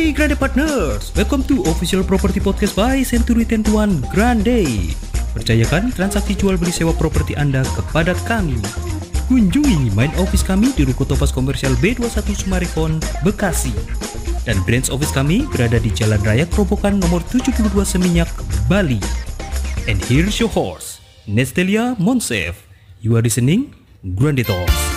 Hai Grande Partners, welcome to official property podcast by Century 21 Grande. Percayakan transaksi jual beli sewa properti Anda kepada kami. Kunjungi main office kami di Ruko Topaz Komersial B21 Sumarekon, Bekasi. Dan branch office kami berada di Jalan Raya Kerobokan nomor 72 Seminyak, Bali. And here's your host, Nestelia Monsef. You are listening Grande Talks.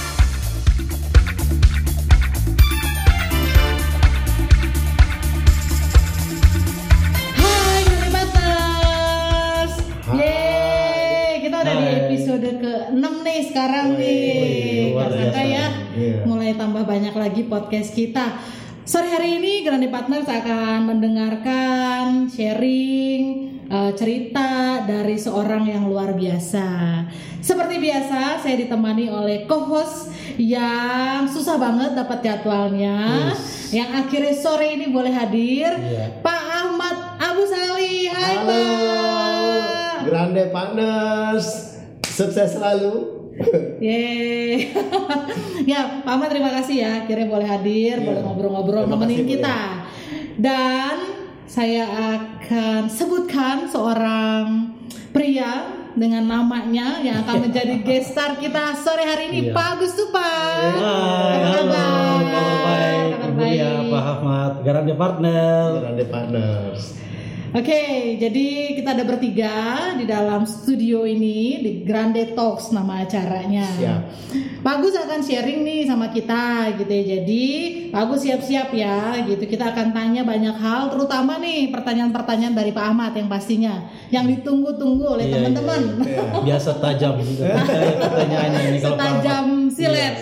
Sekarang nih, karena ya mulai tambah banyak lagi podcast kita. Sore hari ini Grande Partners akan mendengarkan sharing cerita dari seorang yang luar biasa. Seperti biasa, saya ditemani oleh co-host yang susah banget dapat jadwalnya, yang akhirnya sore ini boleh hadir, Pak Ahmad Abu Sali. Hai Pak. Grande Partners, sukses selalu. Yeay. Ya, Pak Ahmad terima kasih ya akhirnya boleh hadir, boleh ngobrol-ngobrol nemenin kita. Dan saya akan sebutkan seorang pria dengan namanya yang akan menjadi guest star kita sore hari ini, Pak Agus Tupan. Halo, kabar baik. Pak Ahmad, Grande Partners. Oke, jadi kita ada bertiga di dalam studio ini di Grande Talks nama acaranya. Siap. Pak Agus akan sharing nih sama kita gitu ya. Jadi Pak Agus siap-siap ya gitu. Kita akan tanya banyak hal, terutama nih pertanyaan-pertanyaan dari Pak Ahmad yang pastinya yang ditunggu-tunggu oleh teman-teman. Biasa tajam gitu pertanyaannya ini kalau setajam silet.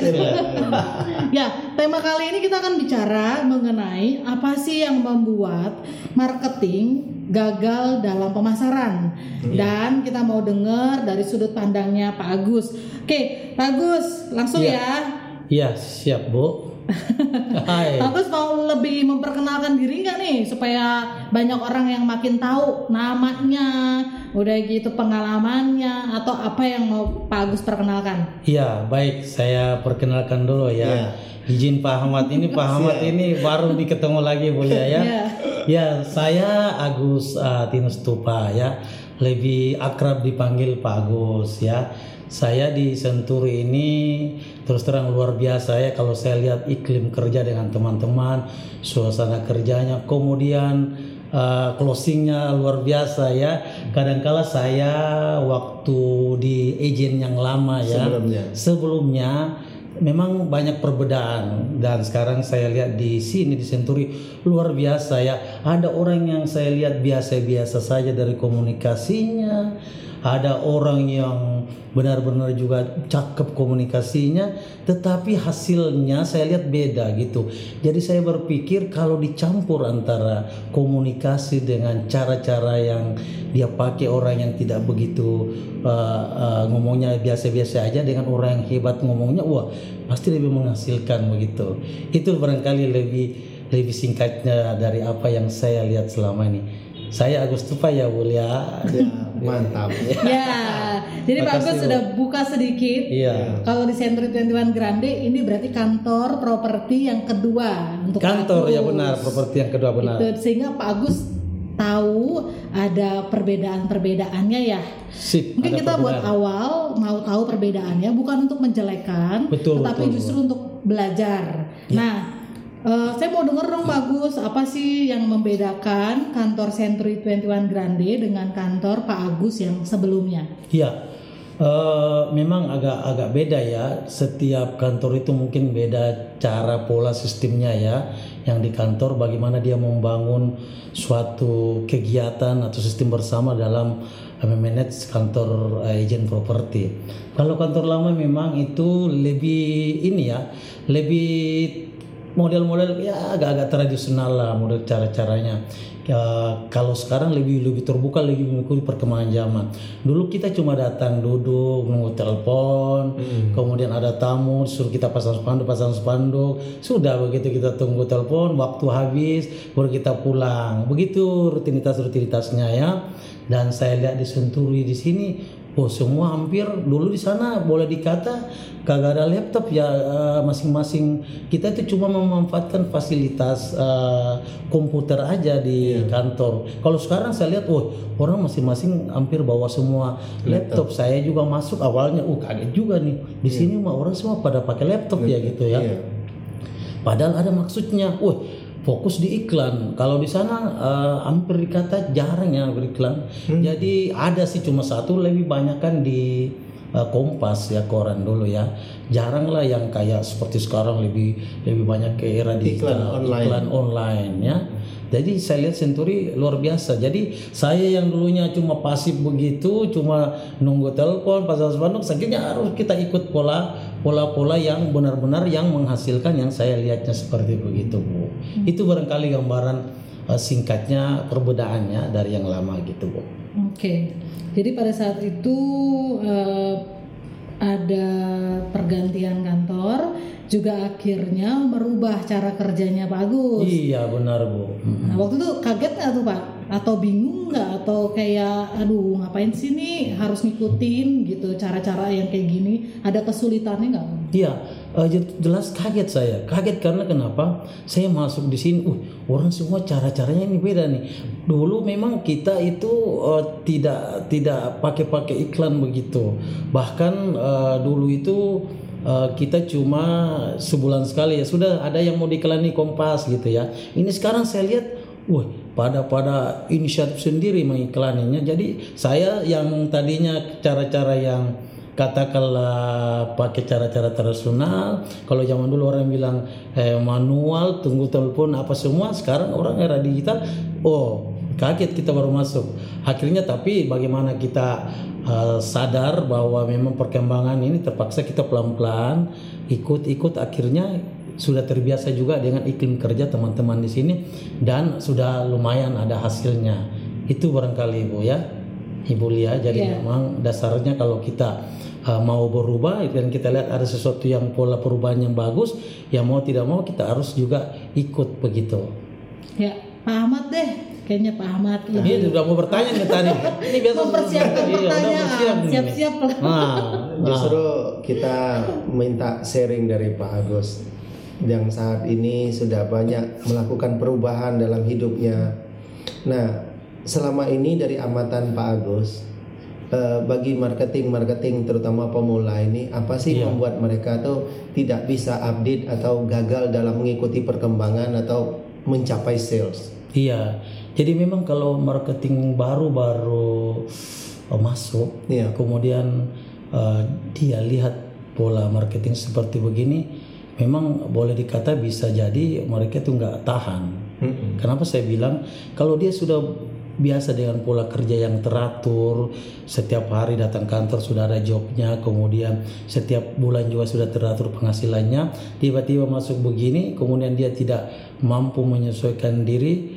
Ya, tema kali ini kita akan bicara mengenai apa sih yang membuat marketing gagal dalam pemasaran. Dan kita mau dengar dari sudut pandangnya Pak Agus. Oke, Pak Agus, langsung ya. Iya, siap Bu. Pak Agus mau lebih memperkenalkan diri nggak nih supaya banyak orang yang makin tahu namanya, udah gitu pengalamannya atau apa yang mau Pak Agus perkenalkan? Iya, baik, saya perkenalkan dulu ya. Izin Pak Ahmad ini, Pak Ahmad ini baru diketemu lagi boleh ya. Ya, saya Agus Tinus Tupa ya, lebih akrab dipanggil Pak Agus ya. Saya di Century ini terus terang luar biasa ya, kalau saya lihat iklim kerja dengan teman-teman, suasana kerjanya, kemudian closingnya luar biasa ya. Kadangkala saya waktu di agent yang lama ya, sebelumnya memang banyak perbedaan, dan sekarang saya lihat di sini di Century luar biasa ya. Ada orang yang saya lihat biasa-biasa saja dari komunikasinya, ada orang yang benar-benar juga cakep komunikasinya, tetapi hasilnya saya lihat beda gitu. Jadi saya berpikir kalau dicampur antara komunikasi dengan cara-cara yang dia pakai orang yang tidak begitu ngomongnya biasa-biasa aja dengan orang yang hebat ngomongnya, wah pasti lebih menghasilkan begitu. Itu barangkali lebih singkatnya dari apa yang saya lihat selama ini. Saya Agus Tupa ya Bu ya. Mantap. Ya, jadi Pak Agus sudah buka sedikit. Iya. Kalau di Century 21 Grande ini berarti kantor properti yang kedua untuk kantor ya, benar, properti yang kedua benar. Itu, sehingga Pak Agus tahu ada perbedaan-perbedaannya ya. Sip, mungkin kita buat awal mau tahu perbedaannya bukan untuk menjelekan, tetapi justru untuk belajar. Ya. Nah, saya mau dengar dong Pak Agus, apa sih yang membedakan kantor Century 21 Grande dengan kantor Pak Agus yang sebelumnya? Iya, memang agak beda ya. Setiap kantor itu mungkin beda cara pola sistemnya ya. Yang di kantor bagaimana dia membangun suatu kegiatan atau sistem bersama dalam memanage kantor agent properti. Kalau kantor lama memang itu lebih lebih model-model ya agak-agak tradisional lah model cara-caranya. Kalau sekarang lebih terbuka, lebih mengikuti perkembangan zaman. Dulu kita cuma datang duduk nunggu telepon, kemudian ada tamu suruh kita pasang spanduk, sudah begitu kita tunggu telepon, waktu habis baru kita pulang. Begitu rutinitasnya ya. Dan saya lihat di Century di sini semua hampir dulu di sana boleh dikata kagak ada laptop ya, masing-masing kita itu cuma memanfaatkan fasilitas komputer aja di kantor. Kalau sekarang saya lihat, orang masing-masing hampir bawa semua laptop. Saya juga masuk awalnya, kaget juga nih di sini mah orang semua pada pakai laptop ya gitu ya. Padahal ada maksudnya, fokus di iklan. Kalau di sana hampir dikata jarang ya beriklan. Jadi ada sih cuma satu, lebih banyak kan di Kompas ya, koran dulu ya. Jarang lah yang kayak seperti sekarang, lebih banyak ke era digital, iklan online ya. Jadi saya lihat Century luar biasa. Jadi saya yang dulunya cuma pasif begitu, cuma nunggu telepon pasal spanduk, akhirnya harus kita ikut pola yang benar-benar yang menghasilkan yang saya lihatnya seperti begitu, Bu. Itu barangkali gambaran singkatnya perbedaannya dari yang lama gitu, Bu. Oke. Jadi pada saat itu ada pergantian kantor, juga akhirnya merubah cara kerjanya Pak Agus. Iya benar, Bu. Nah, waktu itu kaget nggak tuh Pak? Atau bingung nggak? Atau kayak aduh ngapain sih nih harus ngikutin gitu cara-cara yang kayak gini? Ada kesulitannya nggak? Iya, jelas kaget saya. Kaget karena kenapa? Saya masuk di sini, orang semua cara-caranya ini beda nih. Dulu memang kita itu tidak pakai iklan begitu. Bahkan dulu itu kita cuma sebulan sekali ya sudah ada yang mau diiklani Kompas gitu ya. Ini sekarang saya lihat, pada inisiatif sendiri mengiklaninya. Jadi saya yang tadinya cara-cara yang katakanlah pakai cara-cara tradisional, kalau zaman dulu orang bilang manual, tunggu telepon apa semua, sekarang orang era digital, kaget kita baru masuk. Akhirnya tapi bagaimana kita sadar bahwa memang perkembangan ini terpaksa kita pelan-pelan ikut, akhirnya sudah terbiasa juga dengan iklim kerja teman-teman di sini dan sudah lumayan ada hasilnya. Itu barangkali Ibu ya, Ibu Lia. Jadi memang dasarnya kalau kita mau berubah dan kita lihat ada sesuatu yang pola perubahan yang bagus, ya mau tidak mau kita harus juga ikut begitu. Ya, Pak Ahmad deh. Kayaknya Pak Ahmad ini sudah mau bertanya nih tadi. Ini biasa mempersiapkan pertanyaan. Siap-siap lah. Justru kita minta sharing dari Pak Agus yang saat ini sudah banyak melakukan perubahan dalam hidupnya. Nah, selama ini dari amatan Pak Agus, bagi marketing terutama pemula ini, apa sih membuat mereka tuh tidak bisa update atau gagal dalam mengikuti perkembangan atau mencapai sales? Iya, jadi memang kalau marketing baru masuk, kemudian dia lihat pola marketing seperti begini, memang boleh dikata bisa jadi mereka tuh nggak tahan. Kenapa saya bilang kalau dia sudah biasa dengan pola kerja yang teratur, setiap hari datang kantor sudah ada jobnya, kemudian setiap bulan juga sudah teratur penghasilannya, tiba-tiba masuk begini, kemudian dia tidak mampu menyesuaikan diri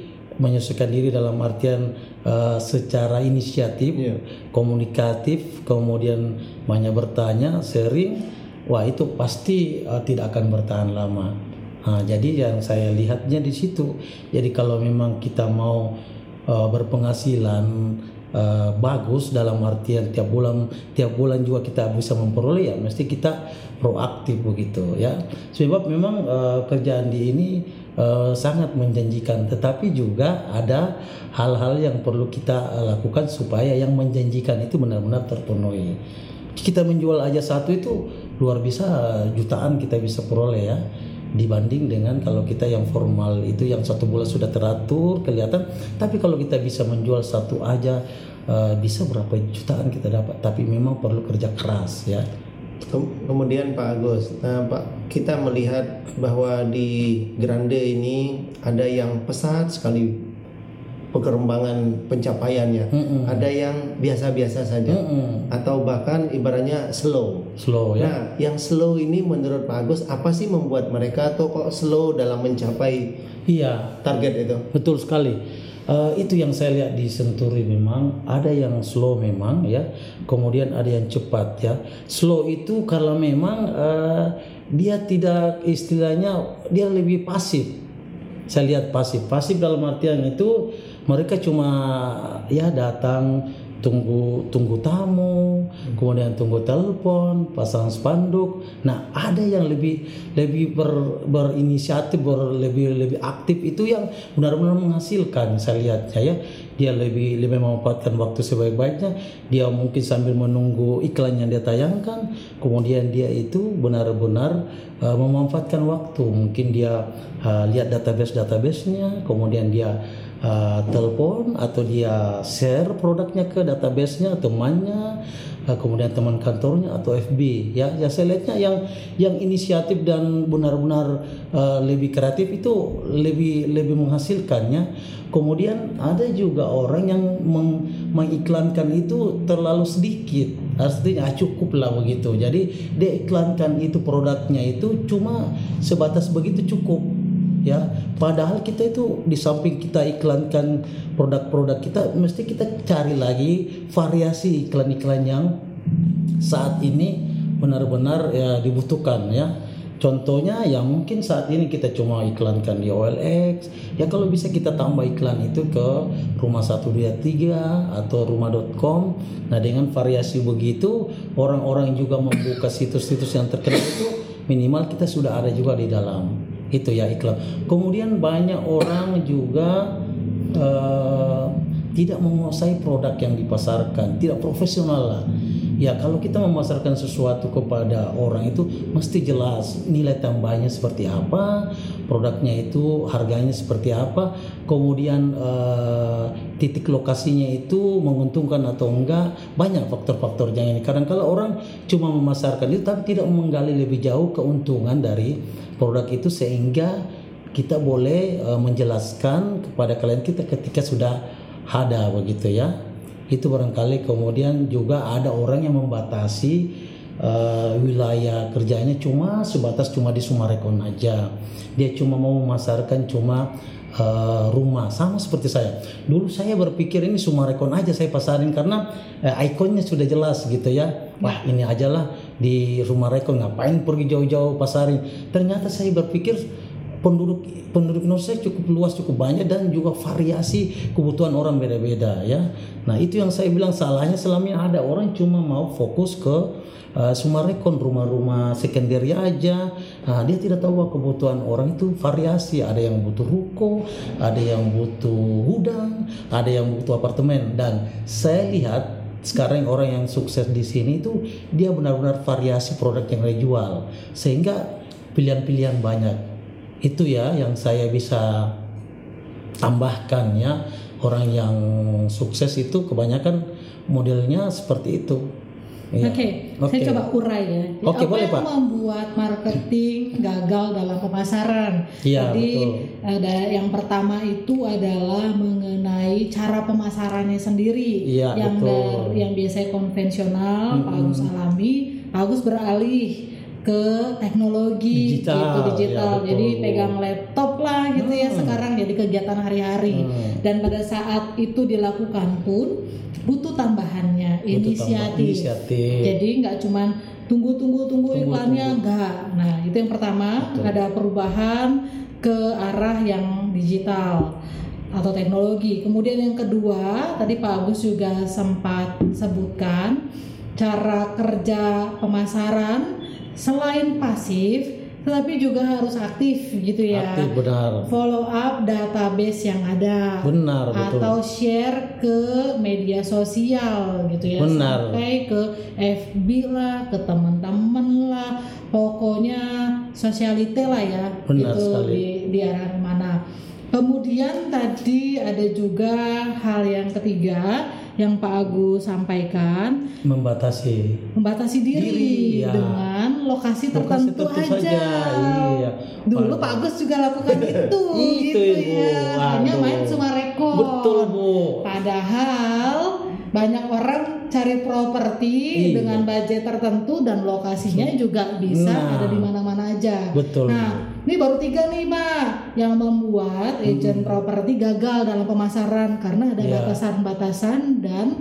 dalam artian secara inisiatif, komunikatif, kemudian banyak bertanya, sharing, itu pasti tidak akan bertahan lama. Jadi yang saya lihatnya di situ. Jadi kalau memang kita mau berpenghasilan bagus dalam artian tiap bulan juga kita bisa memperoleh, ya mesti kita proaktif begitu ya. Sebab memang kerjaan di ini sangat menjanjikan, tetapi juga ada hal-hal yang perlu kita lakukan supaya yang menjanjikan itu benar-benar terpenuhi. Kita menjual aja satu itu luar biasa, jutaan kita bisa peroleh ya, dibanding dengan kalau kita yang formal itu yang satu bulan sudah teratur kelihatan. Tapi kalau kita bisa menjual satu aja bisa berapa jutaan kita dapat, tapi memang perlu kerja keras ya. Kemudian Pak Agus, Pak, kita melihat bahwa di Grande ini ada yang pesat sekali perkembangan pencapaiannya, ada yang biasa-biasa saja, atau bahkan ibaratnya slow ya. Nah, yang slow ini menurut Pak Agus apa sih membuat mereka tuh kok slow dalam mencapai target itu? Betul sekali. Itu yang saya lihat di Century, memang ada yang slow memang ya, kemudian ada yang cepat ya. Slow itu kalau memang dia tidak, istilahnya dia lebih pasif. Saya lihat pasif dalam artian itu mereka cuma datang tunggu tamu, kemudian tunggu telepon, pasang spanduk. Nah, ada yang lebih berinisiatif, lebih aktif, itu yang benar-benar menghasilkan. Saya lihat dia lebih memanfaatkan waktu sebaik-baiknya. Dia mungkin sambil menunggu iklan yang dia tayangkan, kemudian dia itu benar-benar memanfaatkan waktu. Mungkin dia lihat database-nya, kemudian dia telepon atau dia share produknya ke database-nya temannya, kemudian teman kantornya atau FB. Ya saya lihatnya yang inisiatif dan benar-benar lebih kreatif itu lebih menghasilkannya. Kemudian ada juga orang yang mengiklankan itu terlalu sedikit, artinya cukuplah begitu. Jadi dia iklankan itu produknya itu cuma sebatas begitu cukup. Ya, padahal kita itu di samping kita iklankan produk-produk kita, mesti kita cari lagi variasi iklan-iklan yang saat ini benar-benar ya dibutuhkan ya. Contohnya ya mungkin saat ini kita cuma iklankan di OLX. Ya kalau bisa kita tambah iklan itu ke Rumah 123 atau rumah.com. Nah, dengan variasi begitu orang-orang juga membuka situs-situs yang terkenal itu, minimal kita sudah ada juga di dalam. Itu ya iklan. Kemudian banyak orang juga tidak menguasai produk yang dipasarkan, tidak profesional lah. Ya kalau kita memasarkan sesuatu kepada orang itu mesti jelas nilai tambahnya seperti apa, produknya itu harganya seperti apa, kemudian titik lokasinya itu menguntungkan atau enggak. Banyak faktor-faktornya ini. Kadang kalau orang cuma memasarkan itu tapi tidak menggali lebih jauh keuntungan dari produk itu, sehingga kita boleh menjelaskan kepada klien kita ketika sudah ada begitu ya. Itu barangkali. Kemudian juga ada orang yang membatasi wilayah kerjanya sebatas di Sumarekon aja. Dia cuma mau memasarkan rumah, sama seperti saya. Dulu saya berpikir ini Sumarekon aja saya pasarin karena ikonnya sudah jelas gitu ya. Wah, ini aja lah di Sumarekon, ngapain pergi jauh-jauh pasarin. Ternyata saya berpikir penduduk Indonesia cukup luas, cukup banyak, dan juga variasi kebutuhan orang beda-beda ya. Nah, itu yang saya bilang salahnya selama ini ada orang cuma mau fokus ke Sumarekon, rumah-rumah sekunder aja. Nah, dia tidak tahu bahwa kebutuhan orang itu variasi. Ada yang butuh ruko, ada yang butuh gudang, ada yang butuh apartemen. Dan saya lihat sekarang orang yang sukses di sini itu dia benar-benar variasi produk yang dia jual, sehingga pilihan-pilihan banyak. Itu ya yang saya bisa tambahkan ya. Orang yang sukses itu kebanyakan modelnya seperti itu. Ya. Oke. Saya coba urai ya. Oke, boleh, apa yang Pak. membuat marketing gagal dalam pemasaran? Iya, Jadi betul. ada yang pertama itu adalah mengenai cara pemasarannya sendiri. Iya, betul. Yang biasanya konvensional, Pak Agus alami, Pak Agus beralih ke teknologi digital. Ya, jadi pegang laptop lah gitu ya sekarang, jadi kegiatan hari-hari. Dan pada saat itu dilakukan pun butuh tambahannya, inisiatif. Jadi nggak cuman tunggu iklannya, enggak. Nah, itu yang pertama. Betul. Ada perubahan ke arah yang digital atau teknologi. Kemudian yang kedua, tadi Pak Agus juga sempat sebutkan cara kerja pemasaran selain pasif tetapi juga harus aktif gitu ya. Aktif, benar. Follow up database yang ada. Benar, betul. Atau share ke media sosial gitu ya. Benar. Sampai ke FB lah, ke teman-teman lah. Pokoknya sosialite lah ya. Benar gitu sekali. di arah mana. Kemudian tadi ada juga hal yang ketiga yang Pak Agus sampaikan, membatasi diri ya. Dengan lokasi tertentu aja. Iya. Dulu Pak Agus juga lakukan itu gitu ya. Hanya main Sumarekon. Betul, Bu. Padahal banyak orang cari properti dengan budget tertentu dan lokasinya juga bisa ada di mana-mana aja. Betul. Nah, ini baru 3 nih Pak yang membuat agent properti gagal dalam pemasaran karena ada batasan-batasan dan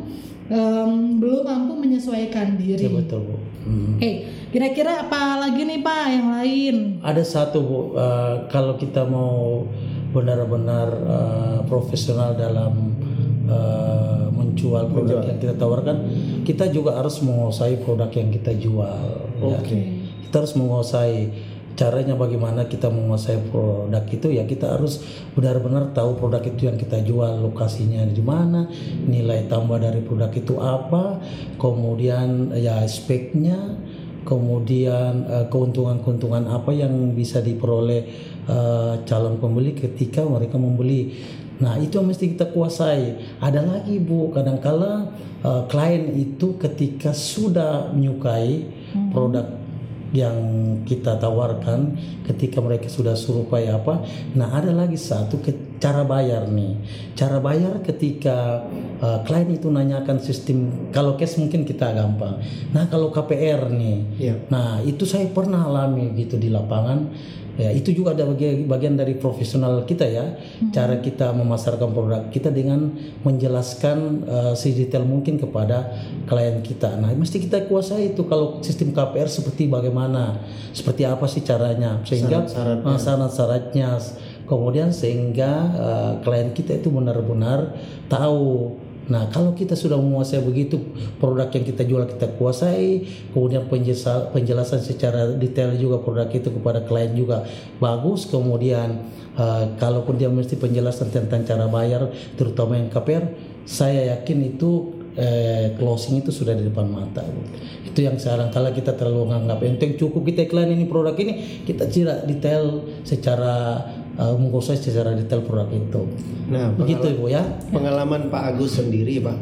belum mampu menyesuaikan diri. Ya, betul, Bu. Oke, kira-kira apa lagi nih Pak yang lain? Ada satu, Bu, kalau kita mau benar-benar profesional dalam menjual produk yang kita tawarkan, kita juga harus menguasai produk yang kita jual. Oke. Ya. Kita harus menguasai caranya bagaimana kita menguasai produk itu, ya kita harus benar-benar tahu produk itu yang kita jual lokasinya di mana, nilai tambah dari produk itu apa, kemudian ya speknya, kemudian keuntungan-keuntungan apa yang bisa diperoleh calon pembeli ketika mereka membeli. Nah itu yang mesti kita kuasai. Ada lagi Bu, kadangkala klien itu ketika sudah menyukai produk yang kita tawarkan, ketika mereka sudah serupai apa, nah ada lagi satu cara bayar nih. Cara bayar ketika klien itu nanyakan sistem, kalau cash mungkin kita gampang. Nah kalau KPR nih, nah itu saya pernah alami gitu di lapangan. Ya, itu juga ada bagian dari profesional kita ya, cara kita memasarkan produk kita dengan menjelaskan sedetail mungkin kepada klien kita. Nah, mesti kita kuasai itu kalau sistem KPR seperti bagaimana, seperti apa sih caranya, sehingga syarat-syaratnya, kemudian sehingga klien kita itu benar-benar tahu. Nah kalau kita sudah menguasai begitu, produk yang kita jual kita kuasai, kemudian penjelasan secara detail juga produk itu kepada klien juga bagus, kemudian kalaupun dia mesti penjelasan tentang cara bayar terutama yang KPR, saya yakin itu closing itu sudah di depan mata. Itu yang sekarang kalau kita terlalu menganggap enteng, cukup kita iklan ini produk ini, kita tidak detail secara menguasai secara detail produk itu. Nah, begitu Ibu ya. Pengalaman Pak Agus sendiri Pak,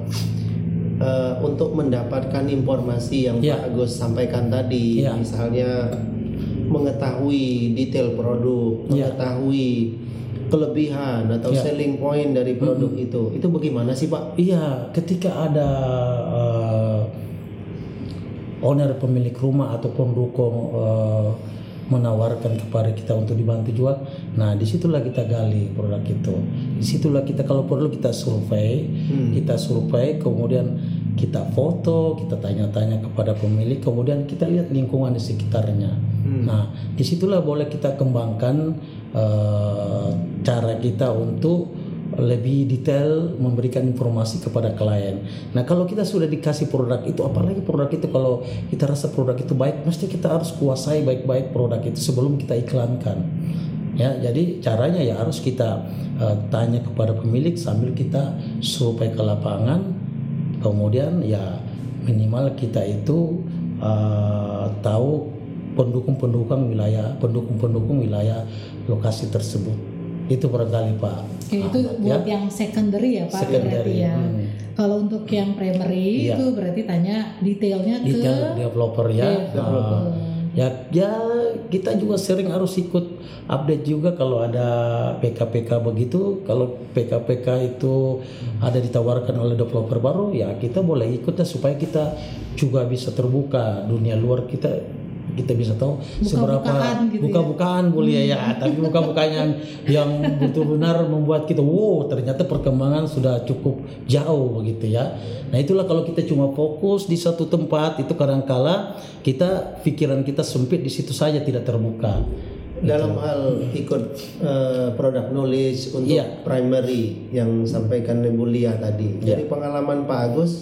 untuk mendapatkan informasi yang Pak Agus sampaikan tadi, misalnya mengetahui detail produk, mengetahui kelebihan atau selling point dari produk itu bagaimana sih Pak? Iya, ketika ada owner pemilik rumah atau pendukung menawarkan kepada kita untuk dibantu jual, nah disitulah kita gali produk itu. Disitulah kita kalau perlu kita survei, kemudian kita foto, kita tanya-tanya kepada pemilik, kemudian kita lihat lingkungan di sekitarnya. Nah disitulah boleh kita kembangkan cara kita untuk lebih detail memberikan informasi kepada klien. Nah kalau kita sudah dikasih produk itu, apalagi produk itu kalau kita rasa produk itu baik, mesti kita harus kuasai baik-baik produk itu sebelum kita iklankan. Ya, jadi caranya ya harus kita tanya kepada pemilik sambil kita survei ke lapangan, kemudian ya minimal kita itu tahu pendukung-pendukung wilayah lokasi tersebut. Itu barangkali Pak. Oke, itu buat yang secondary ya Pak, berarti ya. Kalau untuk yang primary itu berarti tanya detailnya ke developer ya. Ya kita juga sering harus ikut update juga kalau ada PK-PK begitu. Kalau PK-PK itu ada ditawarkan oleh developer baru, ya kita boleh ikut supaya kita juga bisa terbuka dunia luar, kita bisa tahu seberapa buka-bukaan boleh ya, tapi buka-bukanya yang betul-benar membuat kita ternyata perkembangan sudah cukup jauh begitu ya. Nah itulah kalau kita cuma fokus di satu tempat itu kadang-kala kita pikiran kita sempit di situ saja, tidak terbuka. Dalam hal ikut product knowledge untuk primary yang sampaikan Ibu Lia tadi. Jadi pengalaman Pak Agus,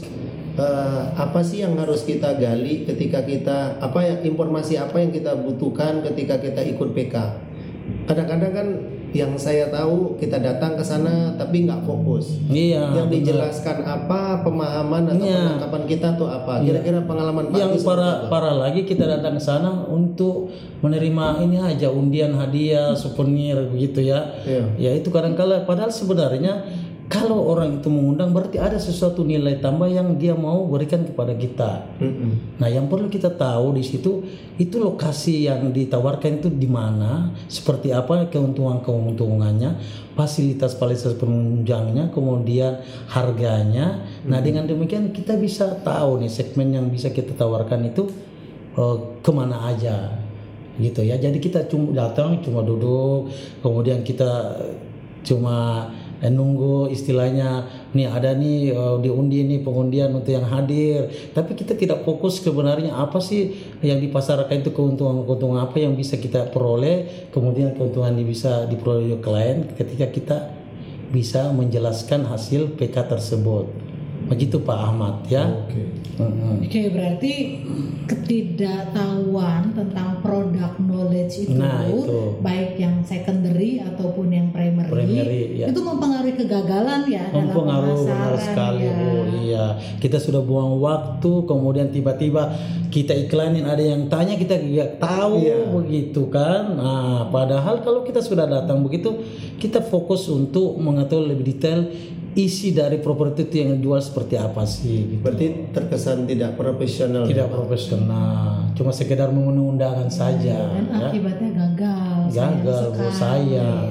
apa sih yang harus kita gali ketika kita informasi apa yang kita butuhkan ketika kita ikut PK? Kadang-kadang kan yang saya tahu kita datang ke sana tapi nggak fokus. Yang dijelaskan apa, pemahaman atau penangkapan kita tuh apa? Kira-kira pengalaman Pak yang parah lagi kita datang ke sana untuk menerima ini aja undian, hadiah, souvenir begitu ya. Ya itu kadang-kala padahal sebenarnya kalau orang itu mengundang berarti ada sesuatu nilai tambah yang dia mau berikan kepada kita. Nah, yang perlu kita tahu di situ itu lokasi yang ditawarkan itu di mana, seperti apa keuntungannya, fasilitas penunjangnya, kemudian harganya. Nah, dengan demikian kita bisa tahu nih segmen yang bisa kita tawarkan itu kemana aja, gitu ya. Jadi kita datang cuma duduk, kemudian kita cuma nunggu istilahnya nih ada nih diundi nih pengundian untuk yang hadir, tapi kita tidak fokus sebenarnya apa sih yang dipasarkan itu, keuntungan apa yang bisa kita peroleh, kemudian keuntungan yang bisa diperoleh klien ketika kita bisa menjelaskan hasil PK tersebut. Begitu Pak Ahmad ya. Oke, berarti ketidaktahuan tentang produk knowledge itu, baik yang secondary ataupun yang primary ya. Itu mempengaruhi kegagalan ya dalam mempengaruhi, benar sekali ya. Bu. Iya, kita sudah buang waktu, kemudian tiba-tiba kita iklanin, ada yang tanya kita tidak tahu begitu kan. Nah, padahal kalau kita sudah datang begitu, kita fokus untuk mengetahui lebih detail isi dari properti itu yang jual seperti apa sih gitu. Berarti terkesan tidak profesional. Tidak profesional, cuma sekedar memenuhi undangan saja. Dan akibatnya gagal Bu, saya.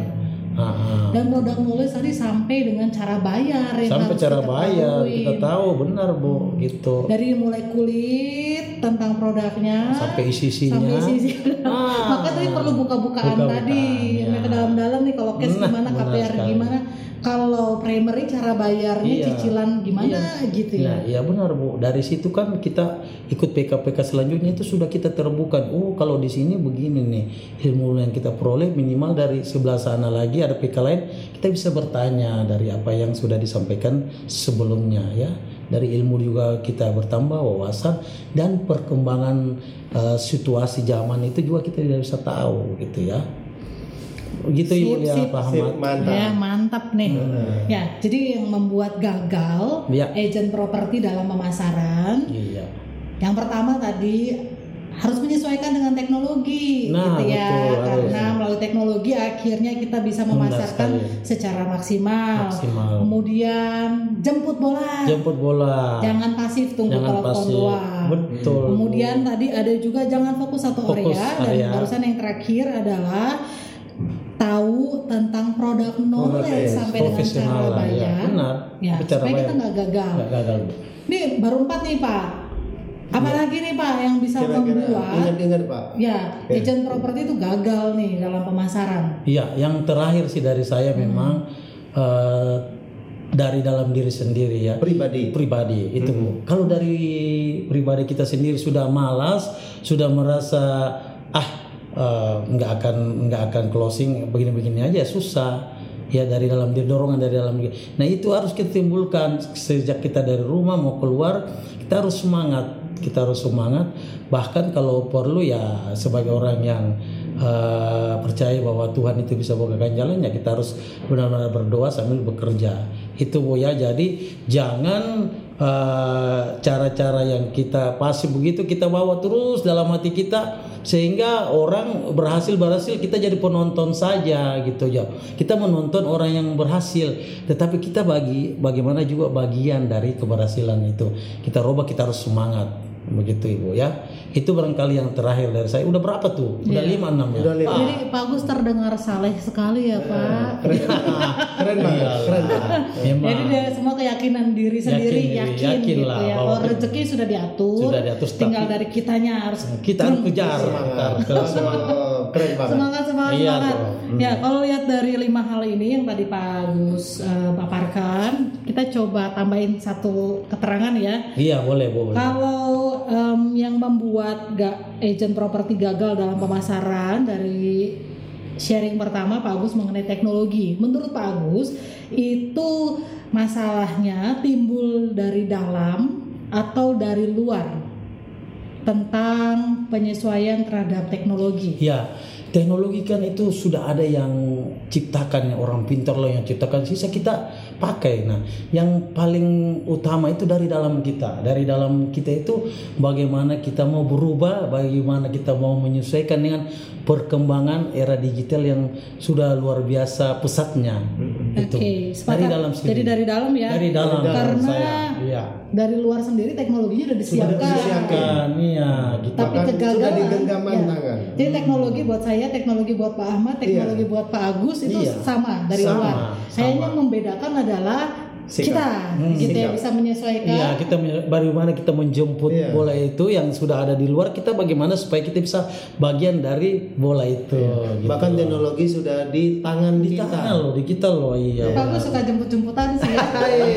Dan produk knowledge tadi sampai dengan cara bayar yang sampai harus cara kita bayar ketahui. kita tahu benar Bu gitu. Dari mulai kulit tentang produknya sampai isi-isinya. Maka tadi perlu buka-bukaan tadi yang ke dalam-dalam nih, kalau cash gimana, KPR gimana, kalau primary cara bayarnya, cicilan gimana gitu ya. Nah, iya benar Bu. Dari situ kan kita ikut PK-PK selanjutnya itu sudah kita terbuka. Oh, kalau di sini begini nih ilmu yang kita peroleh, minimal dari sebelah sana lagi ada PK lain, kita bisa bertanya dari apa yang sudah disampaikan sebelumnya ya. Dari ilmu juga kita bertambah wawasan, dan perkembangan situasi zaman itu juga kita tidak bisa tahu gitu ya. Gitu Ibu ya, Pak Ahmad. Mantap. Ya, mantap nih. Ya, jadi yang membuat gagal agent properti dalam pemasaran. Yang pertama tadi harus menyesuaikan dengan teknologi, gitu ya. Betul, karena melalui teknologi akhirnya kita bisa memasarkan secara maksimal. Kemudian jemput bola. Jangan pasif tunggu telepon doang. Betul. Kemudian tadi ada juga jangan fokus satu area. Dan barusan yang terakhir adalah tahu tentang produk knowledge sampai dengan cara bayar. Ya, supaya kita nggak gagal. Ini baru 4 nih Pak. Apalagi nih Pak yang bisa membuat ingat Pak. Ya, agent properti itu gagal nih dalam pemasaran. Iya, yang terakhir sih dari saya memang dari dalam diri sendiri ya. Pribadi itu Bu. Kalau dari pribadi kita sendiri sudah malas, sudah merasa nggak akan closing begini-begini aja, susah. Ya, dari dalam diri, dorongan dari dalam diri. Nah, itu harus kita timbulkan sejak kita dari rumah mau keluar, kita harus semangat. Bahkan kalau perlu ya sebagai orang yang percaya bahwa Tuhan itu bisa bukakan jalannya, kita harus benar-benar berdoa sambil bekerja. Itu Bu ya. Jadi jangan cara-cara yang kita pasif begitu kita bawa terus dalam hati kita, sehingga orang berhasil kita jadi penonton saja gitu ya. Kita menonton orang yang berhasil, tetapi kita bagaimana juga bagian dari keberhasilan itu. Kita rubah, kita harus semangat. Begitu Ibu ya. Itu barangkali yang terakhir dari saya. Udah berapa tuh? Udah 5-6 ya. Jadi Pak Agus terdengar saleh sekali ya Pak. Keren banget. Jadi dari semua keyakinan diri sendiri, yakin gitu ya. Kalau rezeki sudah diatur, tinggal dari kitanya harus kejar. Keren banget. Semangat. Ya, kalau lihat dari 5 hal ini yang tadi Pak Agus paparkan, kita coba tambahin satu keterangan ya. Iya, boleh. Kalau yang membuat agent properti gagal dalam pemasaran, dari sharing pertama Pak Agus mengenai teknologi. Menurut Pak Agus, itu masalahnya timbul dari dalam atau dari luar tentang penyesuaian terhadap teknologi. Ya, teknologi kan itu sudah ada yang ciptakan, orang pintar loh yang ciptakan, sisa kita pakai. Nah, yang paling utama itu dari dalam kita. Dari dalam kita itu bagaimana kita mau berubah, bagaimana kita mau menyesuaikan dengan perkembangan era digital yang sudah luar biasa pesatnya. Itu dari dalam sendiri. Jadi dari dalam ya. Dari dalam. Karena saya, dari luar sendiri teknologinya sudah disiapkan. Iya, gitu. Tapi kegagalan. Sudah digenggaman tangan. Jadi teknologi buat saya, teknologi buat Pak Ahmad, teknologi buat Pak Agus itu sama dari luar. Hanya membedakan adalah kita ya bisa menyesuaikan. Iya, bagaimana kita menjemput bola itu yang sudah ada di luar, kita bagaimana supaya kita bisa bagian dari bola itu. Gitu. Bahkan teknologi sudah di tangan kita. Di kita loh. Iya. Pak Agus suka jemput-jemputan sih ya.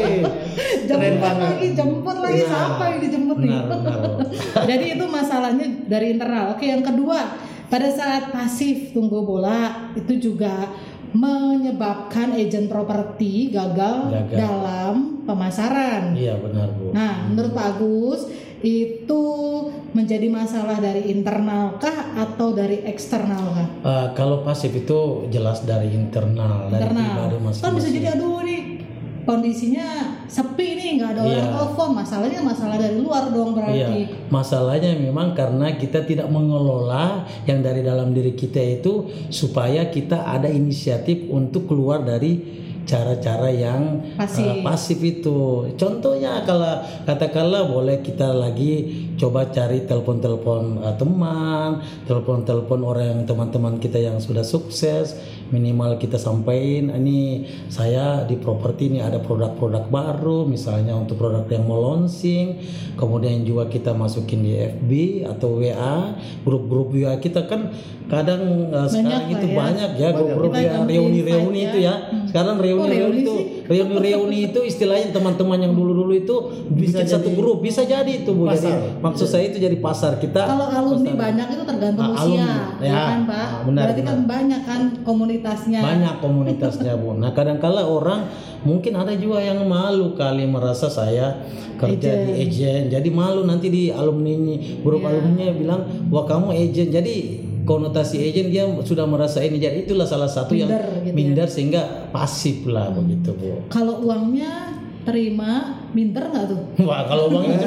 Jemput lagi siapa yang dijemput nih. Jadi itu masalahnya dari internal. Oke, yang kedua, pada saat pasif tunggu bola itu juga menyebabkan agen properti gagal dalam pemasaran. Iya benar Bu. Nah, menurut Pak Agus itu menjadi masalah dari internal kah atau dari eksternal kah? Kalau pasif itu jelas dari internal. Dari pribadi masing-masing. Kan bisa jadi aduh nih kondisinya sepi nih, nggak ada orang telepon, masalahnya masalah dari luar dong berarti. Masalahnya memang karena kita tidak mengelola yang dari dalam diri kita itu supaya kita ada inisiatif untuk keluar dari cara-cara yang pasif itu. Contohnya kalau katakanlah boleh kita lagi coba cari telepon-telepon teman, telepon-telepon orang teman-teman kita yang sudah sukses, minimal kita sampaikan ini saya di properti ini ada produk-produk baru, misalnya untuk produk yang mau launching. Kemudian juga kita masukin di FB atau WA, grup-grup WA kita kan kadang sekarang itu banyak ya grup-grup WA, reuni-reuni itu ya. Sekarang reuni itu istilahnya teman-teman yang dulu-dulu itu bisa bikin satu grup, bisa jadi itu Bu. Jadi maksud saya itu jadi pasar kita. Kalau alumni banyak itu tergantung usia, ya kan Pak? Berarti kan banyak kan komunitasnya. Banyak komunitasnya Bu. Nah kadang-kala orang mungkin ada juga yang malu kali merasa saya kerja di agent, jadi malu nanti di alumni grup alumni bilang wah kamu agent, jadi konotasi agent dia sudah merasa ini, jadi itulah salah satu minder, yang gitu minder sehingga pasif lah begitu Bu. Kalau uangnya terima minder nggak tuh? Wah kalau uangnya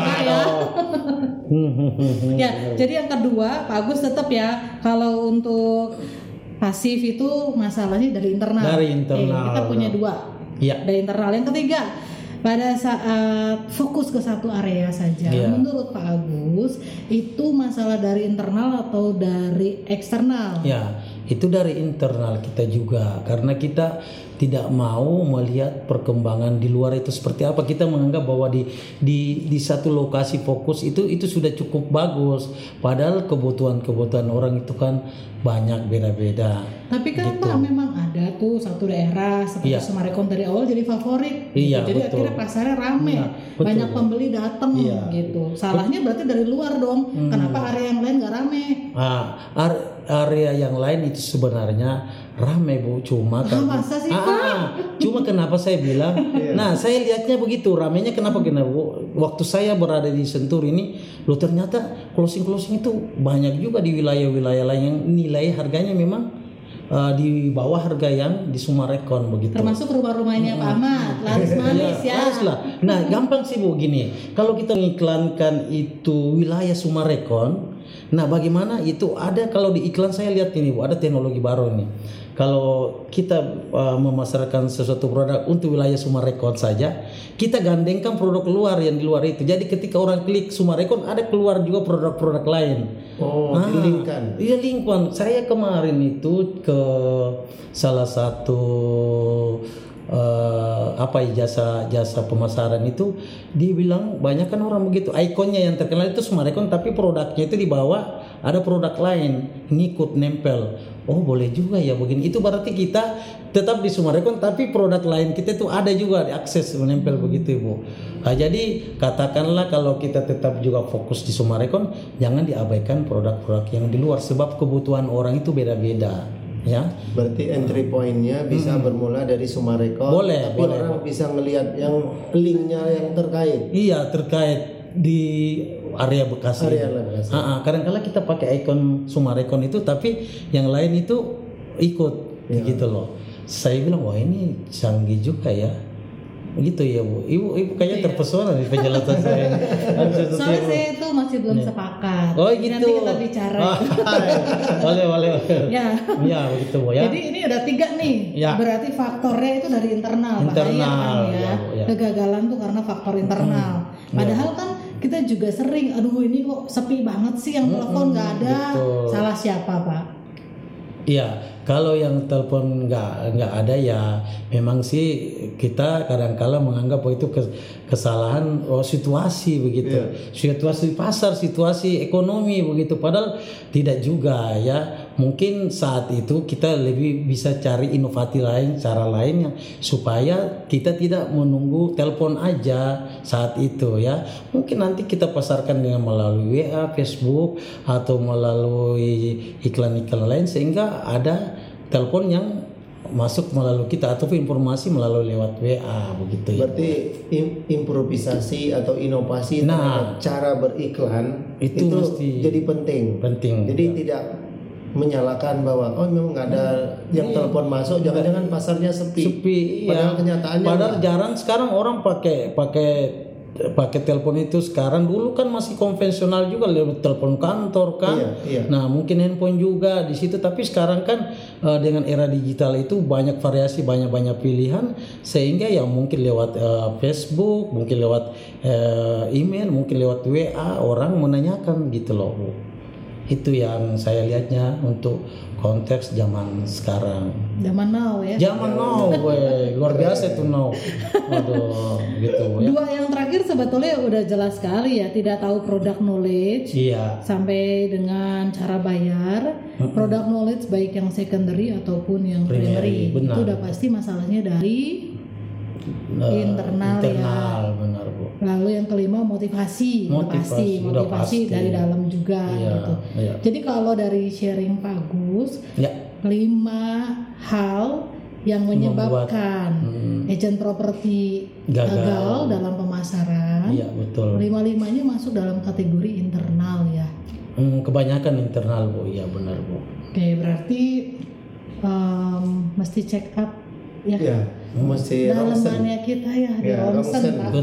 ya, jadi yang kedua Pak Agus tetap ya kalau untuk pasif itu masalahnya dari internal. Dari internal. Kita punya dua. Iya. Dari internal. Yang ketiga, pada saat fokus ke satu area saja, menurut Pak Agus itu masalah dari internal atau dari eksternal? Ya, itu dari internal kita juga karena kita tidak mau melihat perkembangan di luar itu seperti apa. Kita menganggap bahwa di satu lokasi fokus itu sudah cukup bagus. Padahal kebutuhan orang itu kan banyak beda-beda. Tapi kan gitu. Pak memang ada tuh satu daerah seperti Summarecon dari awal jadi favorit. Iya, jadi betul. akhirnya pasarnya rame, banyak pembeli datang gitu. Salahnya berarti dari luar dong. Kenapa area yang lain nggak rame? Area yang lain itu sebenarnya ramai Bu, cuma kan masa sih Pak? Cuma kenapa saya bilang nah saya lihatnya begitu ramainya kenapa Bu, waktu saya berada di Sentul ini loh ternyata closing itu banyak juga di wilayah-wilayah lain yang nilai harganya memang di bawah harga yang di Summarecon begitu. Termasuk rumah-rumahnya Pak Ahmad, laris manis ya. Haruslah. Nah gampang sih Bu gini, kalau kita mengiklankan itu wilayah Summarecon, nah bagaimana itu ada kalau di iklan saya lihat ini Bu, ada teknologi baru nih. Kalau kita memasarkan sesuatu produk untuk wilayah Summarecon saja, kita gandengkan produk luar yang di luar itu. Jadi ketika orang klik Summarecon ada keluar juga produk-produk lain. Dilingkan. Iya lingkuan. Saya kemarin itu ke salah satu jasa pemasaran itu dibilang banyak kan orang begitu, ikonnya yang terkenal itu Summarecon tapi produknya itu di bawah ada produk lain ngikut nempel. Oh boleh juga ya begini, itu berarti kita tetap di Summarecon tapi produk lain kita itu ada juga diakses menempel begitu Bu. Nah, jadi katakanlah kalau kita tetap juga fokus di Summarecon, jangan diabaikan produk-produk yang di luar sebab kebutuhan orang itu beda-beda. Ya, berarti entry point-nya bisa bermula dari Summarecon. Boleh, tapi orang bisa ngelihat yang linknya yang terkait. Iya, terkait di area Bekasi. Kadang-kala kita pakai ikon Summarecon itu, tapi yang lain itu ikut, gitu loh. Saya bilang wah ini canggih juga ya. Gitu ya Bu, ibu kayaknya terpesona nih penjelasan saya. Soalnya saya itu masih belum sepakat. Oh gitu. Nanti kita bicara. Boleh. Ya begitu Bu ya. Jadi ini udah 3 nih. Ya. Berarti faktornya itu dari internal. Bahaya kan ya. Kegagalan tuh karena faktor internal. Padahal kan kita juga sering, aduh ini kok sepi banget sih yang telepon nggak ada. Betul. Salah siapa Pak? Iya, kalau yang telepon nggak ada ya memang sih kita kadang-kala menganggap bahwa itu kesalahan situasi begitu, situasi pasar, situasi ekonomi begitu. Padahal tidak juga ya. Mungkin saat itu kita lebih bisa cari inovasi lain, cara lainnya supaya kita tidak menunggu telepon aja saat itu ya. Mungkin nanti kita pasarkan dengan melalui WA, Facebook atau melalui iklan-iklan lain sehingga ada telepon yang masuk melalui kita atau informasi melalui lewat WA begitu ya. Berarti improvisasi atau inovasi terhadap cara beriklan itu mesti jadi penting. Jadi tidak menyalahkan bahwa memang nggak ada yang telepon masuk, jangan-jangan pasarnya sepi. Padahal kenyataannya padahal jarang sekarang orang pakai telepon itu sekarang. Dulu kan masih konvensional juga lewat telepon kantor kan. Iya. Nah mungkin handphone juga di situ, tapi sekarang kan dengan era digital itu banyak variasi, banyak pilihan, sehingga ya mungkin lewat Facebook, mungkin lewat email, mungkin lewat WA orang menanyakan gitu loh Bu. Itu yang saya lihatnya untuk konteks zaman sekarang. Zaman now ya. Zaman now, luar biasa itu now. Aduh, gitu ya. Dua yang terakhir sebetulnya udah jelas sekali ya, tidak tahu product knowledge. Iya. Sampai dengan cara bayar, product knowledge baik yang secondary ataupun yang primary. Benar. Itu udah pasti masalahnya dari internal ya. Benar Bu. Lalu yang kelima motivasi pasti. dari dalam juga gitu. Iya. Jadi kalau dari sharing Pak Agus, 5 hal yang menyebabkan agent properti gagal dalam pemasaran. Iya betul. 5-5-nya masuk dalam kategori internal ya. Kebanyakan internal Bu, iya benar Bu. Oke, berarti mesti check up ya. Iya. Mesti dalamannya kita ya di ronsen Pak.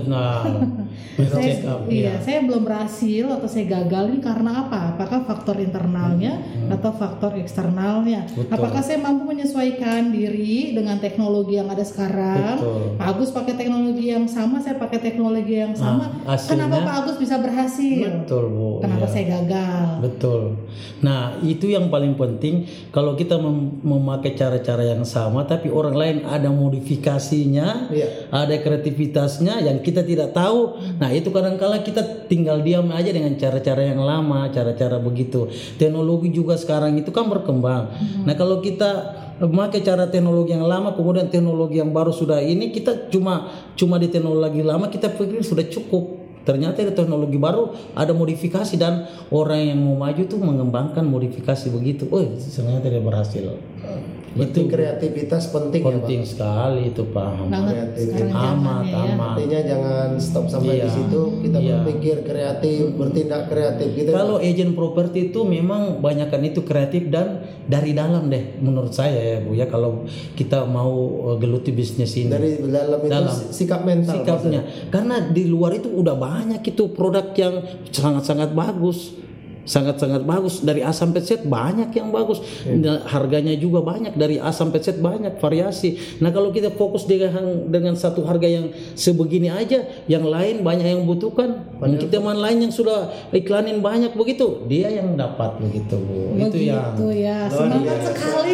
Saya belum berhasil atau saya gagal ini karena apa? Apakah faktor internalnya atau faktor eksternalnya? Betul. Apakah saya mampu menyesuaikan diri dengan teknologi yang ada sekarang? Pak Agus pakai teknologi yang sama, saya pakai teknologi yang sama. Kenapa Pak Agus bisa berhasil? Betul Bu. Kenapa saya gagal? Betul. Nah itu yang paling penting. Kalau kita memakai cara-cara yang sama, tapi orang lain ada modifikasinya, ada kreativitasnya yang kita tidak tahu. Nah itu kadang-kala kita tinggal diam aja dengan cara-cara yang lama, cara-cara begitu. Teknologi juga sekarang itu kan berkembang. Nah kalau kita memakai cara teknologi yang lama, kemudian teknologi yang baru sudah ini, kita cuma di teknologi lama kita pikir sudah cukup. Ternyata di teknologi baru ada modifikasi, dan orang yang mau maju tuh mengembangkan modifikasi begitu. Ternyata dia berhasil. Itu kreativitas penting sekali itu Pak. Amat. Artinya jangan stop sampai di situ. Kita berpikir kreatif, bertindak kreatif gitu. Kalau agent properti itu memang banyakkan itu kreatif dan dari dalam deh menurut saya ya Bu ya, kalau kita mau geluti bisnis ini. Dari dalam itu sikap mental. Sikapnya. Karena di luar itu udah banyak itu produk yang sangat-sangat bagus. Sangat-sangat bagus, dari A sampai Z banyak yang bagus. Harganya juga banyak, dari A sampai Z banyak variasi. Nah kalau kita fokus dengan satu harga yang sebegini aja, yang lain banyak yang butuhkan, kita lain yang sudah iklanin banyak begitu, dia yang dapat begitu Bu. Itu ya. Semangat sekali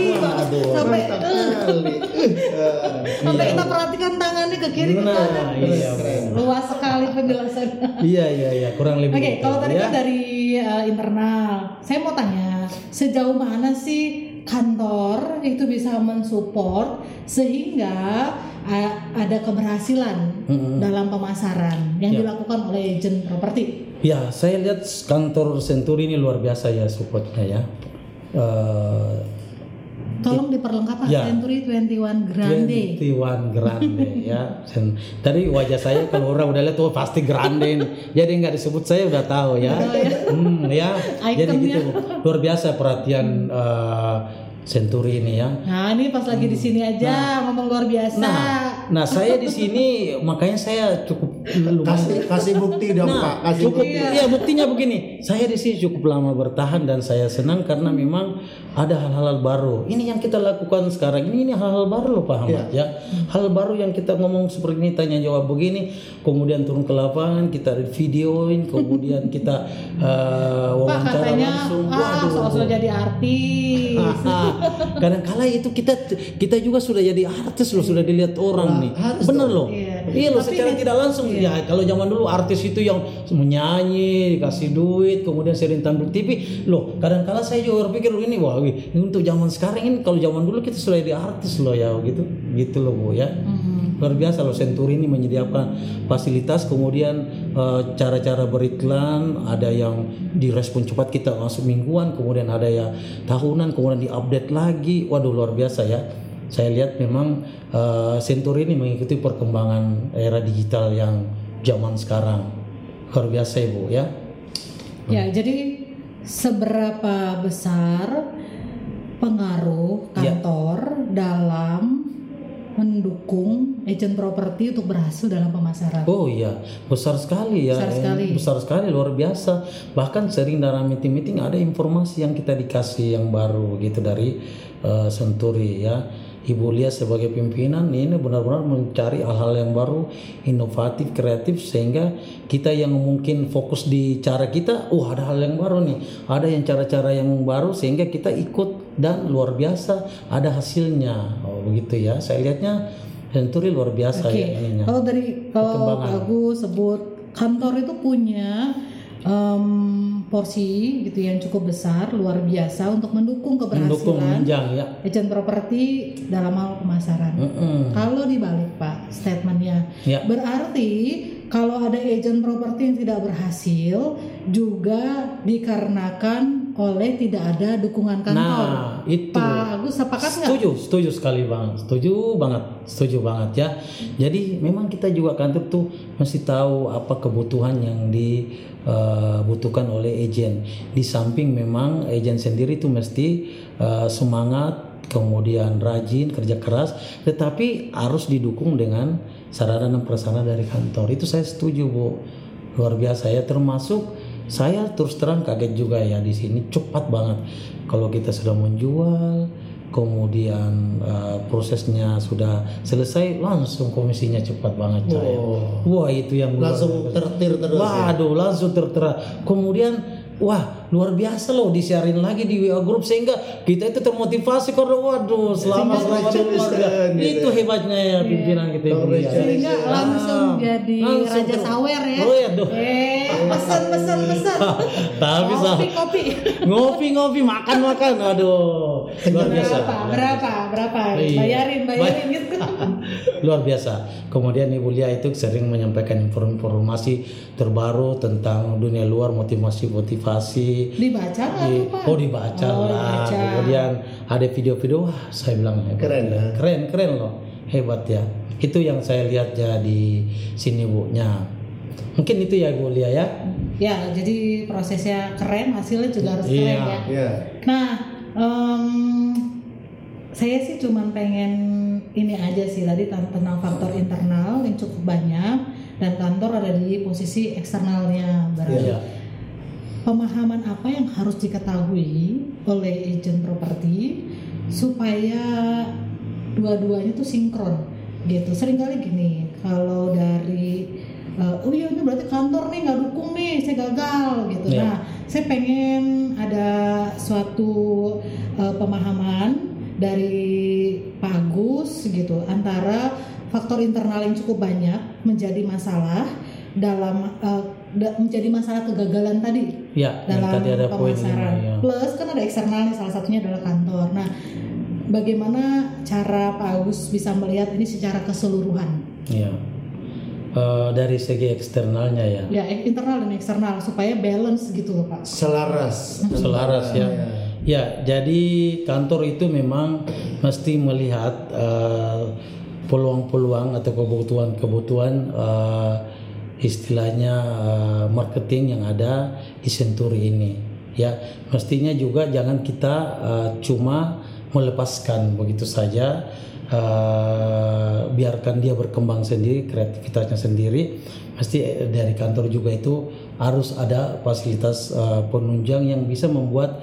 sampai kita perhatikan tangannya ke kiri ke kanan. Luas sekali penjelasannya. Iya kurang lebih. Oke, kalau tadi kan dari internal, saya mau tanya sejauh mana sih kantor itu bisa mensupport sehingga ada keberhasilan dalam pemasaran yang dilakukan oleh agent properti? Ya, saya lihat kantor Century ini luar biasa ya supportnya ya. Tolong diperlengkap Century 21 Grande. 21 Grande ya. Tadi wajah saya kalau orang udah lihat pasti Grande. Jadi nggak disebut saya udah tahu ya. Jadi gitu luar biasa perhatian Century ini ya. Nah ini pas lagi di sini aja ngomong luar biasa. Nah saya di sini makanya saya cukup kasih bukti dong Pak. Iya buktinya begini. Saya di sini cukup lama bertahan dan saya senang karena memang ada hal-hal baru. Ini yang kita lakukan sekarang ini hal-hal baru loh Pak Ahmad ya. Hal baru yang kita ngomong seperti ini, tanya jawab begini, kemudian turun ke lapangan kita videoin, kemudian kita wawancara langsung. Soal jadi artis. Kadang-kala itu kita juga sudah jadi artis loh, sudah dilihat orang nih. Bener loh. Iya loh, secara tidak langsung. Ya kalau zaman dulu artis itu yang menyanyi, dikasih duit, kemudian sering tampil TV. Loh, kadang-kala saya juga berpikir ini untuk zaman sekarang ini, kalau zaman dulu kita sudah jadi artis loh ya gitu loh Bu ya. Luar biasa loh Century ini menyediakan fasilitas, kemudian cara-cara beriklan, ada yang direspon cepat kita langsung mingguan, kemudian ada ya tahunan, kemudian diupdate lagi. Waduh luar biasa ya. saya lihat memang Century ini mengikuti perkembangan era digital yang zaman sekarang. Luar biasa Ibu ya. Ya, jadi seberapa besar pengaruh kantor dalam mendukung agent properti untuk berhasil dalam pemasaran? Oh iya, besar sekali ya. Besar sekali, luar biasa. Bahkan sering dalam meeting-meeting ada informasi yang kita dikasih yang baru gitu dari Century ya. Ibu Lia sebagai pimpinan ini benar-benar mencari hal-hal yang baru, inovatif, kreatif, sehingga kita yang mungkin fokus di cara kita, ada hal yang baru nih, ada yang cara-cara yang baru sehingga kita ikut dan luar biasa ada hasilnya. Begitu ya, saya lihatnya Century luar biasa ya ininya. Kalau Agus sebut kantor itu punya porsi gitu yang cukup besar, luar biasa untuk mendukung keberhasilan agent properti dalam hal pemasaran. Kalau dibalik Pak statementnya, berarti kalau ada agent properti yang tidak berhasil juga dikarenakan oleh tidak ada dukungan kantor. Nah, itu. Pak Agus sepakat nggak? Setuju sekali Bang. Setuju banget ya. Jadi memang kita juga kantor tuh mesti tahu apa kebutuhan yang dibutuhkan oleh agen. Di samping memang agen sendiri tuh mesti semangat, kemudian rajin, kerja keras, tetapi harus didukung dengan sarana dan prasarana dari kantor. Itu saya setuju Bu. Luar biasa ya, termasuk saya terus terang kaget juga ya di sini cepat banget. Kalau kita sudah menjual, kemudian prosesnya sudah selesai, langsung komisinya cepat banget saya. Wah itu yang langsung tertir terus. Waduh, langsung tertera. Kemudian luar biasa loh, disiarin lagi di WA group sehingga kita itu termotivasi karena selamat itu hebatnya ya pimpinan kita sehingga langsung jadi raja sawer ya. Pesan tapi ngopi makan luar biasa. Berapa bayarin gitu. Luar biasa. Kemudian Ibu Lia itu sering menyampaikan informasi terbaru tentang dunia luar, motivasi. Dibaca nggak tuh Pak? Dibaca lah. Kemudian ada video-video, saya bilang keren loh, hebat ya. Itu yang saya lihat ya di sini Bu. Mungkin itu ya Bu Lia ya. Ya, jadi prosesnya keren, hasilnya juga harus keren ya. Nah, saya sih cuma pengen ini aja sih tadi tentang faktor internal yang cukup banyak dan kantor ada di posisi eksternalnya berarti. Pemahaman apa yang harus diketahui oleh agent properti supaya dua-duanya tuh sinkron gitu. Seringkali gini, kalau dari ini berarti kantor nih nggak dukung nih, saya gagal gitu. Nah, saya pengen ada suatu pemahaman dari Pak Agus gitu antara faktor internal yang cukup banyak menjadi masalah dalam menjadi masalah kegagalan tadi dalam tadi ada pemasaran. Plus kan ada eksternalnya, salah satunya adalah kantor. Nah, bagaimana cara Pak Agus bisa melihat ini secara keseluruhan? Dari segi eksternalnya ya. Internal dan eksternal supaya balance gitu loh Pak. Selaras ya. Ya, jadi kantor itu memang mesti melihat peluang-peluang atau kebutuhan istilahnya marketing yang ada di Century ini. Ya, mestinya juga jangan kita cuma melepaskan begitu saja, biarkan dia berkembang sendiri, kreativitasnya sendiri. Pasti dari kantor juga itu harus ada fasilitas penunjang yang bisa membuat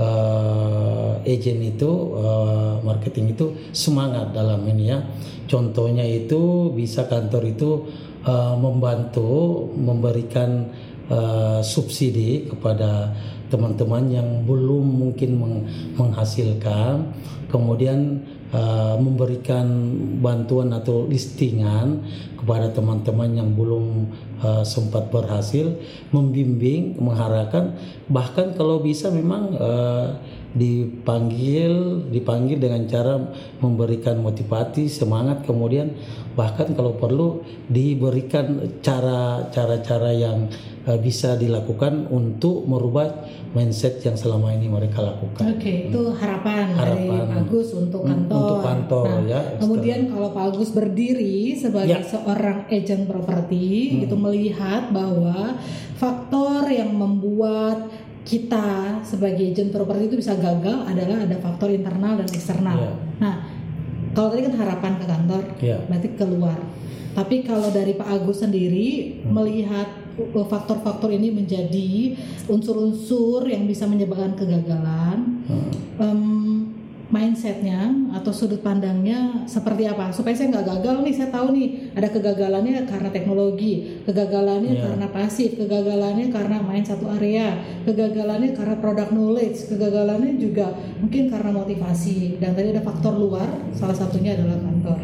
agen itu, marketing itu semangat dalam ini ya. Contohnya itu bisa kantor itu membantu memberikan subsidi kepada teman-teman yang belum mungkin menghasilkan, kemudian memberikan bantuan atau listingan kepada teman-teman yang belum sempat berhasil, membimbing, mengarahkan, bahkan kalau bisa memang dipanggil dengan cara memberikan motivasi, semangat, kemudian bahkan kalau perlu diberikan cara-cara yang bisa dilakukan untuk merubah mindset yang selama ini mereka lakukan. Oke, itu harapan dari Pak Agus untuk kantor. Untuk kantor, nah, ya. Kemudian kalau Pak Agus berdiri sebagai seorang agent properti, itu melihat bahwa faktor yang membuat kita sebagai agent properti itu bisa gagal adalah ada faktor internal dan eksternal. Nah, kalau tadi kan harapan ke kantor, berarti keluar. Tapi kalau dari Pak Agus sendiri melihat faktor-faktor ini menjadi unsur-unsur yang bisa menyebabkan kegagalan, mindsetnya atau sudut pandangnya seperti apa supaya saya nggak gagal nih. Saya tahu nih ada kegagalannya karena teknologi, kegagalannya karena pasif, kegagalannya karena main satu area, kegagalannya karena product knowledge, kegagalannya juga mungkin karena motivasi, dan tadi ada faktor luar, salah satunya adalah kantor.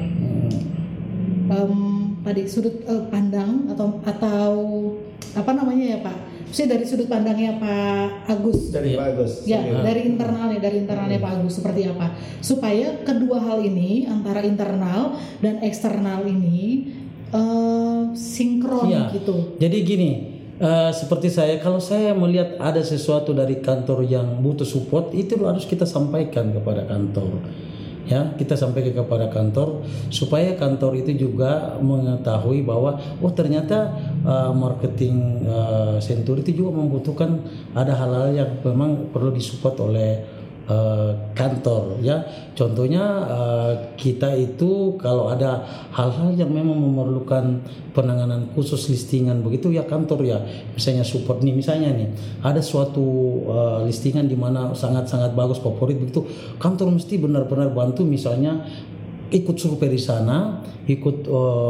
Tadi sudut pandang atau apa namanya ya Pak? Saya dari sudut pandangnya Pak Agus. Dari Pak Agus. Ya, dari internalnya Pak Agus seperti apa? Supaya kedua hal ini antara internal dan eksternal ini sinkron gitu. Jadi gini, seperti kalau saya melihat ada sesuatu dari kantor yang butuh support, itu harus kita sampaikan kepada kantor. Ya, kita sampaikan kepada kantor supaya kantor itu juga mengetahui bahwa ternyata marketing Century itu juga membutuhkan ada hal-hal yang memang perlu disupport oleh kantor, ya. Contohnya kita itu kalau ada hal-hal yang memang memerlukan penanganan khusus listingan begitu, ya kantor ya misalnya support nih, misalnya nih ada suatu listingan di mana sangat-sangat bagus, favorit begitu, kantor mesti benar-benar bantu, misalnya ikut survei di sana, ikut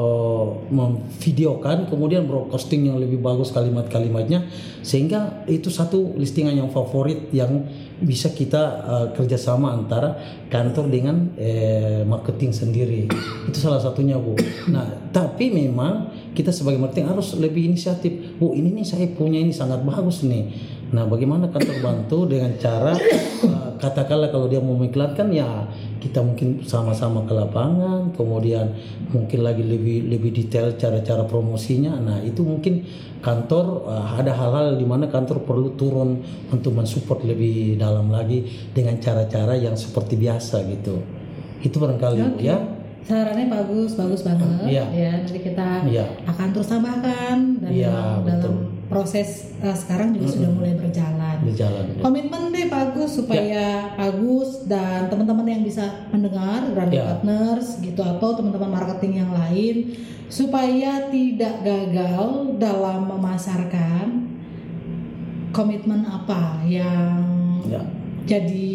memvideokan, kemudian broadcasting yang lebih bagus kalimat-kalimatnya, sehingga itu satu listingan yang favorit yang bisa kita kerjasama antara kantor dengan marketing sendiri. Itu salah satunya, Bu. Nah, tapi memang kita sebagai marketing harus lebih inisiatif. Bu, ini nih saya punya ini sangat bagus nih. Nah, bagaimana kantor bantu dengan cara katakanlah kalau dia mau mengiklankan, ya kita mungkin sama-sama ke lapangan, kemudian mungkin lagi lebih detail cara-cara promosinya. Nah, itu mungkin kantor ada hal-hal di mana kantor perlu turun untuk mensupport lebih dalam lagi dengan cara-cara yang seperti biasa gitu. Itu barangkali ya. Sarannya bagus banget. Ya, nanti kita akan terus tambahkan dan dalam proses sekarang juga sudah mulai berjalan. Komitmen deh Pak Agus supaya Pak Agus dan teman-teman yang bisa mendengar Grand Partners gitu atau teman-teman marketing yang lain supaya tidak gagal dalam memasarkan, komitmen apa yang jadi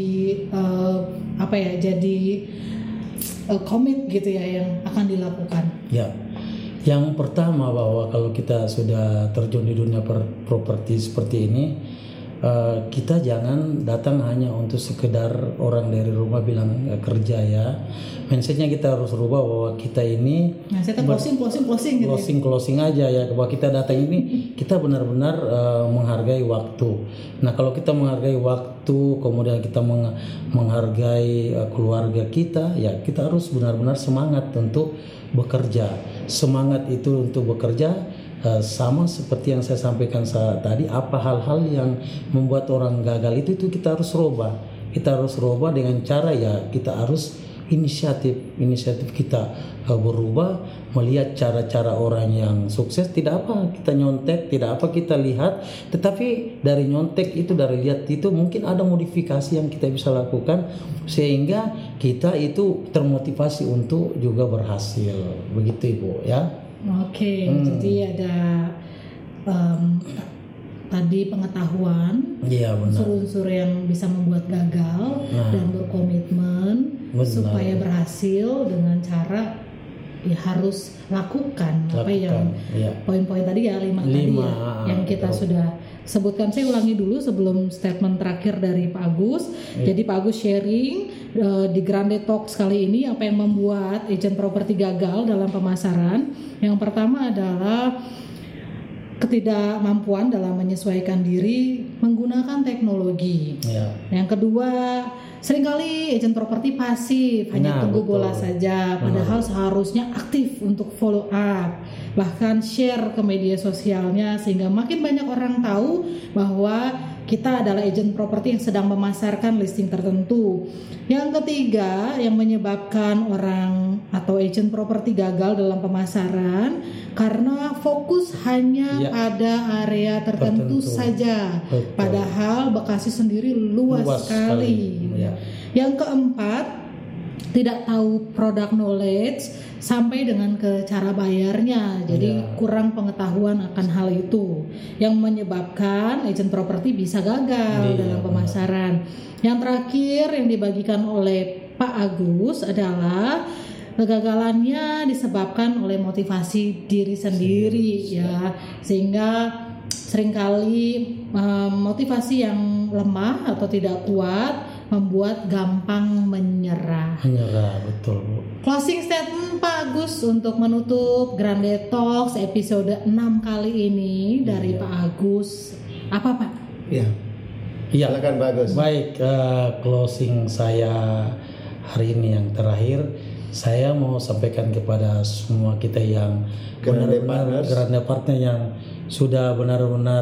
jadi komit gitu ya yang akan dilakukan. Ya. Yang pertama bahwa kalau kita sudah terjun di dunia properti seperti ini, kita jangan datang hanya untuk sekedar orang dari rumah bilang kerja ya. Mindsetnya kita harus rubah bahwa kita ini closing aja ya. Bahwa kita datang ini kita benar-benar menghargai waktu. Nah, kalau kita menghargai waktu, kemudian kita menghargai keluarga kita, ya kita harus benar-benar semangat untuk bekerja. Semangat itu untuk bekerja sama seperti yang saya sampaikan tadi, apa hal-hal yang membuat orang gagal itu kita harus rubah. Kita harus rubah dengan cara ya kita harus inisiatif kita berubah, melihat cara-cara orang yang sukses. Tidak apa kita nyontek, tidak apa kita lihat, tetapi dari nyontek itu, dari lihat itu mungkin ada modifikasi yang kita bisa lakukan sehingga kita itu termotivasi untuk juga berhasil. Begitu Ibu ya. Oke, jadi ada tadi pengetahuan, unsur-unsur yang bisa membuat gagal dan berkomitmen supaya berhasil dengan cara ya harus lakukan apa yang poin-poin tadi ya 5 tadi ya yang kita sudah sebutkan. Saya ulangi dulu sebelum statement terakhir dari Pak Agus. Jadi Pak Agus sharing di Grande Talks kali ini apa yang membuat agent properti gagal dalam pemasaran. Yang pertama adalah ketidakmampuan dalam menyesuaikan diri menggunakan teknologi. Ya. Yang kedua, seringkali agent properti pasif, hanya tunggu bola saja, padahal seharusnya aktif untuk follow up, bahkan share ke media sosialnya sehingga makin banyak orang tahu bahwa kita adalah agent properti yang sedang memasarkan listing tertentu. Yang ketiga, yang menyebabkan orang atau agent properti gagal dalam pemasaran karena fokus hanya pada area tertentu saja. Betul. Padahal Bekasi sendiri luas sekali. Ya. Yang keempat, tidak tahu product knowledge sampai dengan ke cara bayarnya, jadi kurang pengetahuan akan hal itu yang menyebabkan agent properti bisa gagal dalam pemasaran. Yang terakhir yang dibagikan oleh Pak Agus adalah kegagalannya disebabkan oleh motivasi diri sendiri ya, sehingga seringkali motivasi yang lemah atau tidak kuat membuat gampang menyerah. Betul, Bu. Closing statement Pak Agus untuk menutup Grande Talks episode 6 kali ini dari Pak Agus. Apa Pak? Iya. Silakan Pak Agus. Baik, closing saya hari ini yang terakhir, saya mau sampaikan kepada semua kita yang benar-benar Grande Partner yang sudah benar-benar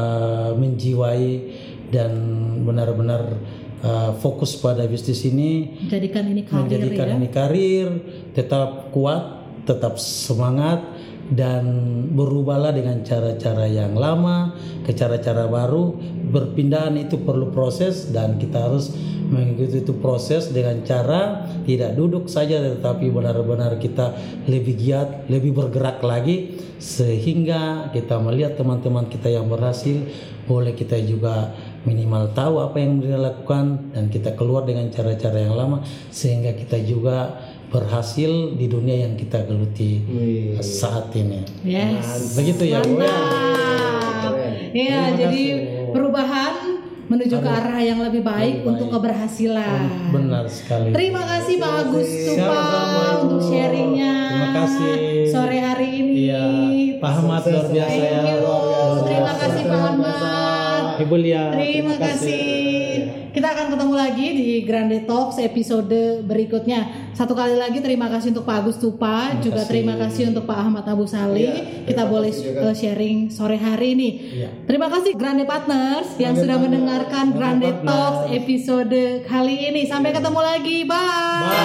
menjiwai dan benar-benar fokus pada bisnis ini, menjadikan ini karir, tetap kuat, tetap semangat, dan berubahlah dengan cara-cara yang lama ke cara-cara baru. Berpindahan itu perlu proses dan kita harus mengikuti itu proses dengan cara tidak duduk saja, tetapi benar-benar kita lebih giat, lebih bergerak lagi, sehingga kita melihat teman-teman kita yang berhasil, boleh kita juga minimal tahu apa yang mereka lakukan dan kita keluar dengan cara-cara yang lama sehingga kita juga berhasil di dunia yang kita geluti saat ini. Yes. Begitu ya, Bu. Ya, jadi perubahan menuju ke arah yang lebih baik untuk keberhasilan. Benar sekali. Terima kasih Pak Agus Tupa untuk sharingnya. Terima kasih. Sore hari ini. Iya, Pak Ahmad luar biasa ya. Terima kasih Pak Ahmad. Ibu Lia. Terima kasih. Kita akan ketemu lagi di Grande Talks episode berikutnya. Satu kali lagi terima kasih untuk Pak Agus Tupa, juga terima kasih untuk Pak Ahmad Abu Sali. Kita boleh sharing sore hari ini. Terima kasih Grande Partners yang sudah mendengarkan Grande Talks episode kali ini. Sampai ketemu lagi. Bye.